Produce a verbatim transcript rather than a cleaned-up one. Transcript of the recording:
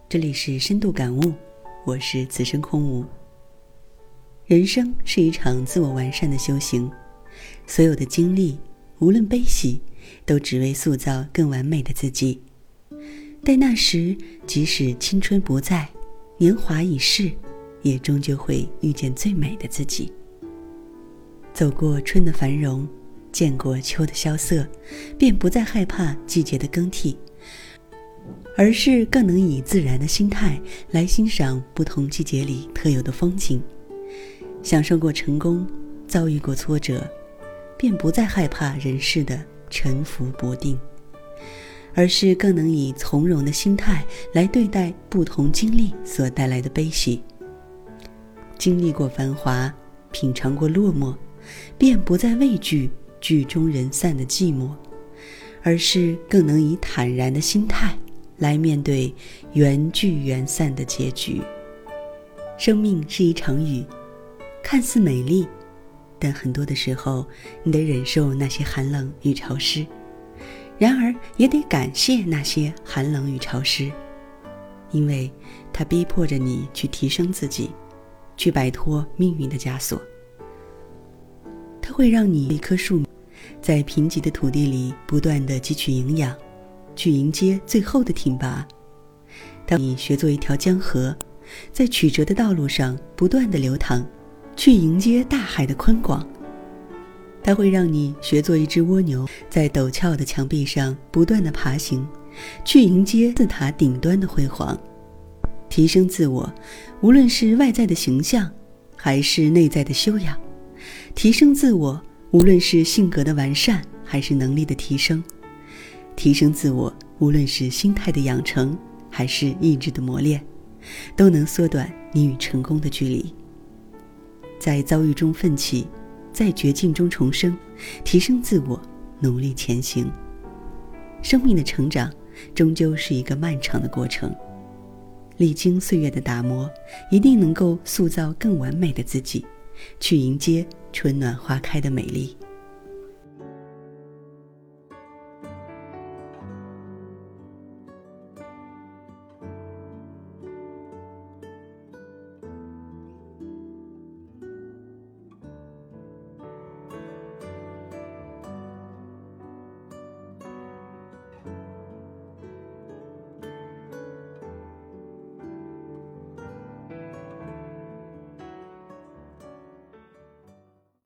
这里是深度感悟，我是此生空无。人生是一场自我完善的修行，所有的经历，无论悲喜，都只为塑造更完美的自己。待那时，即使青春不在，年华已逝，也终究会遇见最美的自己。走过春的繁荣，见过秋的萧瑟，便不再害怕季节的更替，而是更能以自然的心态来欣赏不同季节里特有的风景。享受过成功，遭遇过挫折，便不再害怕人世的沉浮不定，而是更能以从容的心态来对待不同经历所带来的悲喜。经历过繁华，品尝过落寞，便不再畏惧剧终人散的寂寞，而是更能以坦然的心态来面对缘聚缘散的结局。生命是一场雨，看似美丽，但很多的时候你得忍受那些寒冷与潮湿，然而也得感谢那些寒冷与潮湿，因为它逼迫着你去提升自己，去摆脱命运的枷锁。它会让你一棵树在贫瘠的土地里不断地汲取营养，去迎接最后的挺拔。当你学做一条江河，在曲折的道路上不断地流淌，去迎接大海的宽广。它会让你学做一只蜗牛，在陡峭的墙壁上不断地爬行，去迎接字塔顶端的辉煌。提升自我，无论是外在的形象，还是内在的修养；提升自我，无论是性格的完善，还是能力的提升；提升自我，无论是心态的养成，还是意志的磨练，都能缩短你与成功的距离。在遭遇中奋起，在绝境中重生，提升自我，努力前行。生命的成长终究是一个漫长的过程，历经岁月的打磨，一定能够塑造更完美的自己，去迎接春暖花开的美丽。